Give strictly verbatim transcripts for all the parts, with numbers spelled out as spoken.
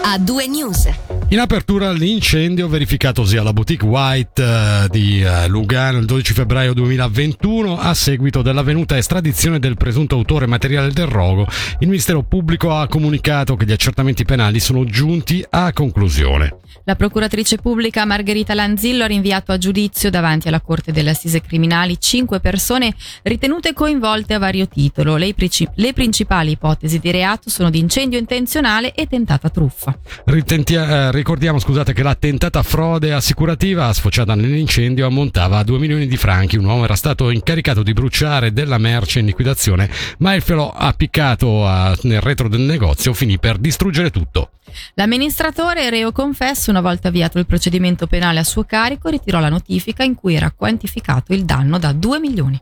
A due News. In apertura l'incendio verificatosi alla boutique White eh, di eh, Lugano il dodici febbraio duemilaventuno a seguito dell'avvenuta estradizione del presunto autore materiale del rogo. Il Ministero Pubblico ha comunicato che gli accertamenti penali sono giunti a conclusione. La procuratrice pubblica Margherita Lanzillo ha rinviato a giudizio davanti alla Corte delle Assise Criminali cinque persone ritenute coinvolte a vario titolo. Le, princi- le principali ipotesi di reato sono di incendio intenzionale e tentata truffa. Ritentia- eh, ricordiamo scusate che la tentata frode assicurativa sfociata nell'incendio ammontava a due milioni di franchi. Un uomo era stato incaricato di bruciare della merce in liquidazione, ma il filo appiccato a, nel retro del negozio finì per distruggere tutto. L'amministratore, reo confesso, una volta avviato il procedimento penale a suo carico, ritirò la notifica in cui era quantificato il danno da due milioni.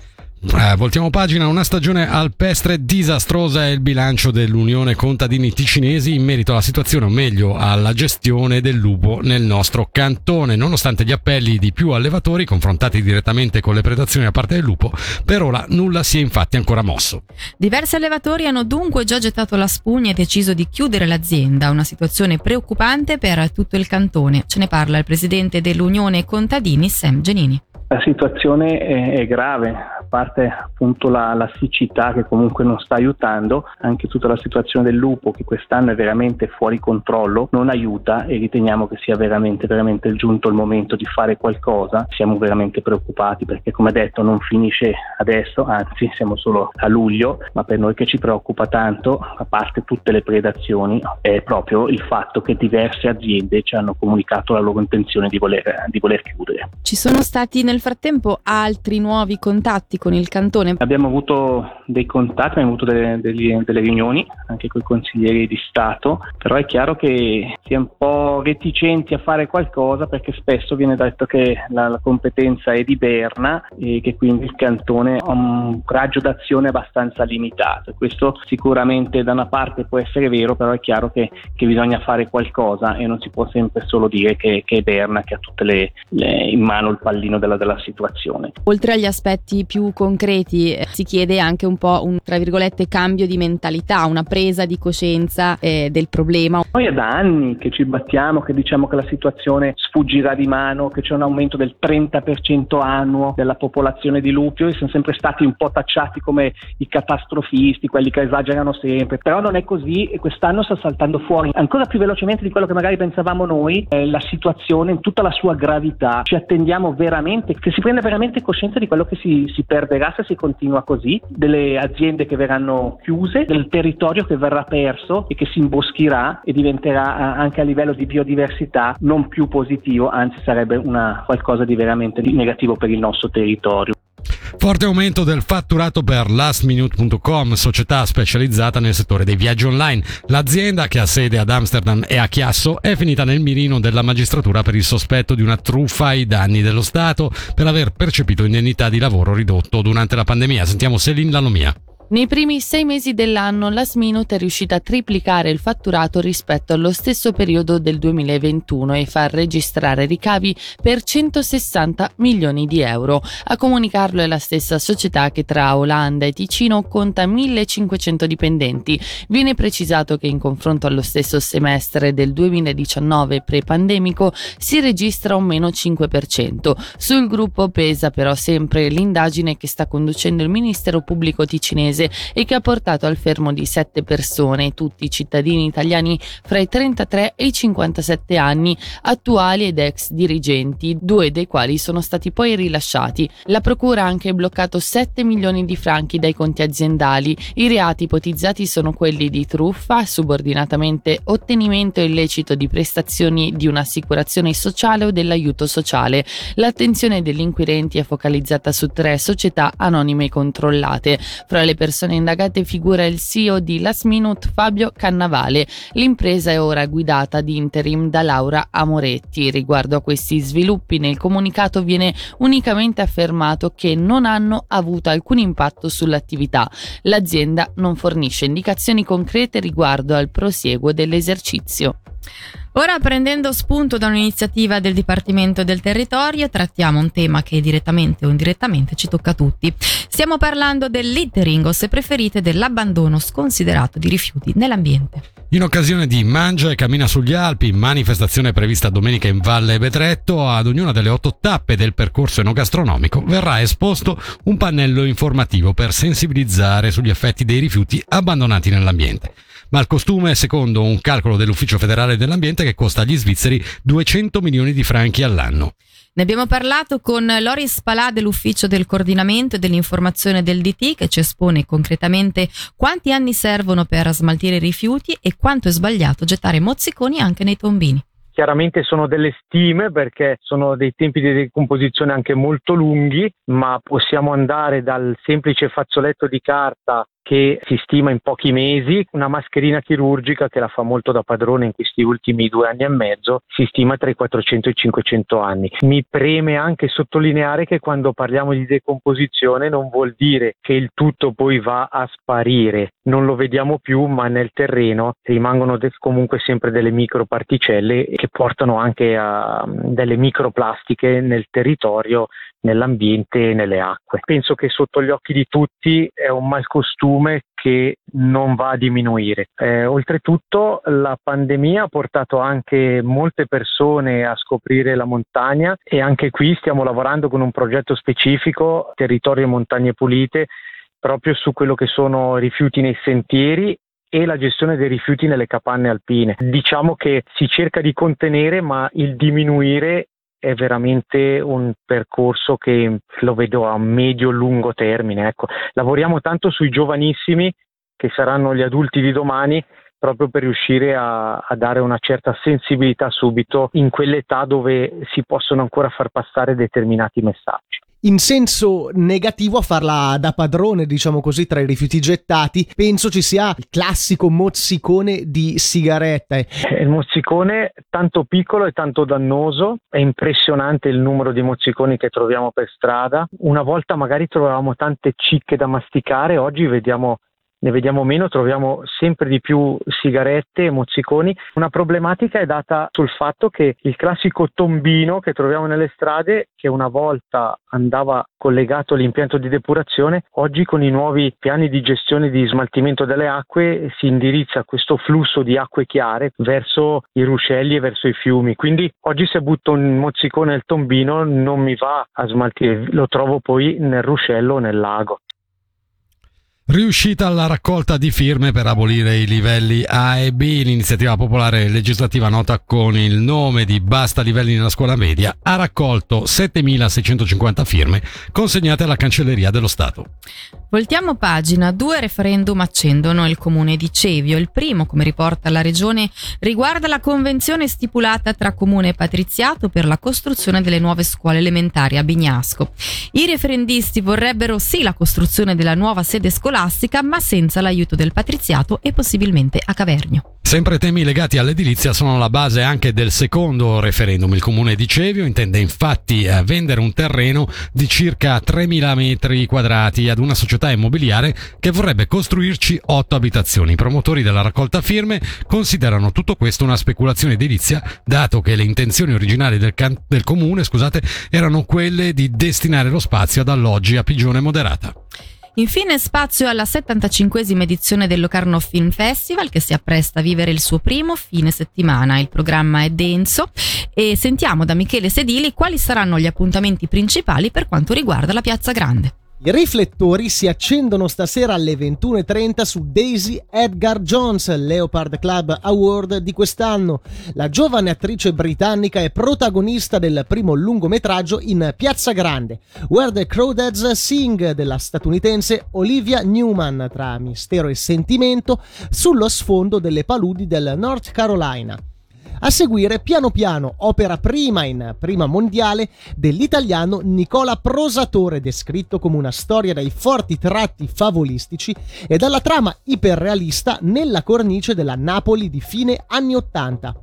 Eh, voltiamo pagina. Una stagione alpestre disastrosa è il bilancio dell'Unione Contadini Ticinesi in merito alla situazione, o meglio alla gestione del lupo nel nostro cantone. Nonostante gli appelli di più allevatori confrontati direttamente con le predazioni da parte del lupo, per ora nulla si è infatti ancora mosso. Diversi allevatori hanno dunque già gettato la spugna e deciso di chiudere l'azienda, una situazione preoccupante per tutto il cantone. Ce ne parla il presidente dell'Unione Contadini, Sam Genini. La situazione è, è grave, a parte appunto la, la siccità che comunque non sta aiutando, anche tutta la situazione del lupo che quest'anno è veramente fuori controllo non aiuta, e riteniamo che sia veramente veramente giunto il momento di fare qualcosa. Siamo veramente preoccupati perché, come detto, non finisce adesso, anzi siamo solo a luglio, ma per noi che ci preoccupa tanto, a parte tutte le predazioni, è proprio il fatto che diverse aziende ci hanno comunicato la loro intenzione di voler, di voler chiudere. Ci sono stati nel frattempo altri nuovi contatti con il cantone? Abbiamo avuto dei contatti, abbiamo avuto delle, delle, delle riunioni anche con i consiglieri di Stato, però è chiaro che si è un po' reticenti a fare qualcosa perché spesso viene detto che la, la competenza è di Berna e che quindi il cantone ha un raggio d'azione abbastanza limitato. Questo sicuramente da una parte può essere vero, però è chiaro che, che bisogna fare qualcosa e non si può sempre solo dire che, che è Berna che ha tutte le, le in mano il pallino della, della situazione. Oltre agli aspetti più concreti eh, si chiede anche un po' un tra virgolette cambio di mentalità, una presa di coscienza eh, del problema. Noi è da anni che ci battiamo, che diciamo che la situazione sfuggirà di mano, che c'è un aumento del trenta per cento annuo della popolazione di lupi, e sono sempre stati un po' tacciati come i catastrofisti, quelli che esagerano sempre, però non è così e quest'anno sta saltando fuori ancora più velocemente di quello che magari pensavamo noi eh, la situazione in tutta la sua gravità. Ci attendiamo veramente che si prenda veramente coscienza di quello che si, si perderà se si continua così, delle aziende che verranno chiuse, del territorio che verrà perso e che si imboschirà e diventerà anche a livello di biodiversità non più positivo, anzi sarebbe una qualcosa di veramente negativo per il nostro territorio. Forte aumento del fatturato per last minute punto com, società specializzata nel settore dei viaggi online. L'azienda, che ha sede ad Amsterdam e a Chiasso, è finita nel mirino della magistratura per il sospetto di una truffa ai danni dello Stato per aver percepito indennità di lavoro ridotto durante la pandemia. Sentiamo Céline Lanomia. Nei primi sei mesi dell'anno Last Minute è riuscita a triplicare il fatturato rispetto allo stesso periodo del duemilaventuno e far registrare ricavi per centosessanta milioni di euro. A comunicarlo è la stessa società che tra Olanda e Ticino conta millecinquecento dipendenti. Viene precisato che in confronto allo stesso semestre del duemiladiciannove pre-pandemico si registra un meno cinque per cento. Sul gruppo pesa però sempre l'indagine che sta conducendo il Ministero Pubblico ticinese e che ha portato al fermo di sette persone, tutti cittadini italiani fra i trentatré e i cinquantasette anni, attuali ed ex dirigenti, due dei quali sono stati poi rilasciati. La procura ha anche bloccato sette milioni di franchi dai conti aziendali. I reati ipotizzati sono quelli di truffa, subordinatamente ottenimento illecito di prestazioni di un'assicurazione sociale o dell'aiuto sociale. L'attenzione degli inquirenti è focalizzata su tre società anonime controllate. Fra le persone persone indagate figura il C E O di Last Minute, Fabio Cannavale. L'impresa è ora guidata ad interim da Laura Amoretti. Riguardo a questi sviluppi, nel comunicato viene unicamente affermato che non hanno avuto alcun impatto sull'attività. L'azienda non fornisce indicazioni concrete riguardo al prosieguo dell'esercizio. Ora, prendendo spunto da un'iniziativa del Dipartimento del Territorio, trattiamo un tema che direttamente o indirettamente ci tocca a tutti. Stiamo parlando del littering, o se preferite dell'abbandono sconsiderato di rifiuti nell'ambiente. In occasione di Mangia e cammina sugli Alpi, manifestazione prevista domenica in Valle Vedretto, ad ognuna delle otto tappe del percorso enogastronomico verrà esposto un pannello informativo per sensibilizzare sugli effetti dei rifiuti abbandonati nell'ambiente. Ma il costume è secondo un calcolo dell'Ufficio federale dell'ambiente che costa agli svizzeri duecento milioni di franchi all'anno. Ne abbiamo parlato con Loris Spalà dell'Ufficio del Coordinamento e dell'Informazione del D T, che ci espone concretamente quanti anni servono per smaltire i rifiuti e quanto è sbagliato gettare mozziconi anche nei tombini. Chiaramente sono delle stime perché sono dei tempi di decomposizione anche molto lunghi, ma possiamo andare dal semplice fazzoletto di carta che si stima in pochi mesi, una mascherina chirurgica che la fa molto da padrone in questi ultimi due anni e mezzo, si stima tra i quattrocento e i cinquecento anni. Mi preme anche sottolineare che quando parliamo di decomposizione non vuol dire che il tutto poi va a sparire, non lo vediamo più, ma nel terreno rimangono de- comunque sempre delle microparticelle che portano anche a delle microplastiche nel territorio, nell'ambiente e nelle acque. Penso che sotto gli occhi di tutti è un malcostume che non va a diminuire. Eh, oltretutto la pandemia ha portato anche molte persone a scoprire la montagna e anche qui stiamo lavorando con un progetto specifico, Territorio e Montagne Pulite, proprio su quello che sono rifiuti nei sentieri e la gestione dei rifiuti nelle capanne alpine. Diciamo che si cerca di contenere, ma il diminuire è veramente un percorso che lo vedo a medio-lungo termine. Ecco, lavoriamo tanto sui giovanissimi, che saranno gli adulti di domani, proprio per riuscire a, a dare una certa sensibilità subito in quell'età dove si possono ancora far passare determinati messaggi. In senso negativo, a farla da padrone, diciamo così, tra i rifiuti gettati, penso ci sia il classico mozzicone di sigaretta. Il mozzicone tanto piccolo e tanto dannoso, è impressionante il numero di mozziconi che troviamo per strada. Una volta magari trovavamo tante cicche da masticare, oggi vediamo ne vediamo meno, troviamo sempre di più sigarette e mozziconi. Una problematica è data sul fatto che il classico tombino che troviamo nelle strade, che una volta andava collegato all'impianto di depurazione, oggi con i nuovi piani di gestione di smaltimento delle acque si indirizza questo flusso di acque chiare verso i ruscelli e verso i fiumi. Quindi oggi se butto un mozzicone nel tombino non mi va a smaltire, lo trovo poi nel ruscello o nel lago. Riuscita la raccolta di firme per abolire i livelli A e B, l'iniziativa popolare legislativa nota con il nome di Basta livelli nella scuola media ha raccolto settemilaseicentocinquanta firme consegnate alla Cancelleria dello Stato. Voltiamo pagina. Due referendum accendono il comune di Cevio. Il primo, come riporta la regione, riguarda la convenzione stipulata tra comune e patriziato per la costruzione delle nuove scuole elementari a Bignasco. I referendisti vorrebbero sì la costruzione della nuova sede scolastica, ma senza l'aiuto del patriziato e possibilmente a Cavernio. Sempre temi legati all'edilizia sono la base anche del secondo referendum. Il comune di Cevio intende infatti vendere un terreno di circa tremila metri quadrati ad una società immobiliare che vorrebbe costruirci otto abitazioni. I promotori della raccolta firme considerano tutto questo una speculazione edilizia, dato che le intenzioni originali del, can- del comune, scusate, erano quelle di destinare lo spazio ad alloggi a pigione moderata. Infine spazio alla settantacinquesima edizione del Locarno Film Festival, che si appresta a vivere il suo primo fine settimana. Il programma è denso e sentiamo da Michele Sedili quali saranno gli appuntamenti principali per quanto riguarda la Piazza Grande. I riflettori si accendono stasera alle ventuno e trenta su Daisy Edgar Jones, Leopard Club Award di quest'anno. La giovane attrice britannica è protagonista del primo lungometraggio in Piazza Grande, Where the Crawdads Sing, della statunitense Olivia Newman, tra mistero e sentimento, sullo sfondo delle paludi del North Carolina. A seguire Piano Piano, opera prima in prima mondiale dell'italiano Nicola Prosatore, descritto come una storia dai forti tratti favolistici e dalla trama iperrealista nella cornice della Napoli di fine anni ottanta.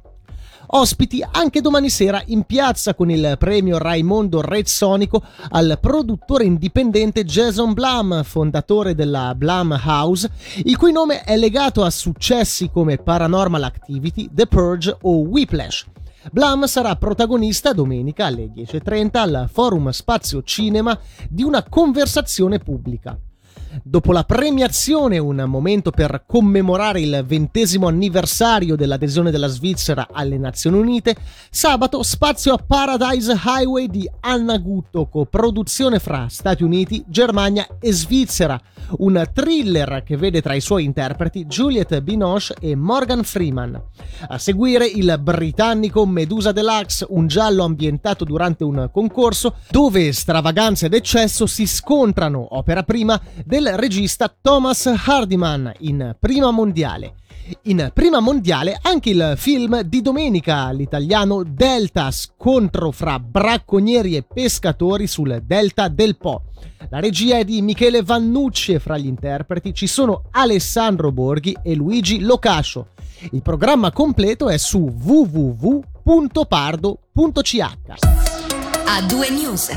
Ospiti anche domani sera in piazza con il premio Raimondo Rezzonico al produttore indipendente Jason Blum, fondatore della Blum House, il cui nome è legato a successi come Paranormal Activity, The Purge o Whiplash. Blum sarà protagonista domenica alle dieci e trenta al Forum Spazio Cinema di una conversazione pubblica. Dopo la premiazione, un momento per commemorare il ventesimo anniversario dell'adesione della Svizzera alle Nazioni Unite, sabato spazio a Paradise Highway di Anna Gutto, coproduzione fra Stati Uniti, Germania e Svizzera, un thriller che vede tra i suoi interpreti Juliette Binoche e Morgan Freeman. A seguire il britannico Medusa Deluxe, un giallo ambientato durante un concorso dove stravaganza ed eccesso si scontrano, opera prima del regista Thomas Hardiman in Prima Mondiale. In Prima Mondiale anche il film di domenica, l'italiano Delta, scontro fra bracconieri e pescatori sul delta del Po. La regia è di Michele Vannucci e fra gli interpreti ci sono Alessandro Borghi e Luigi Locascio. Il programma completo è su w w w punto pardo punto c h. A due News.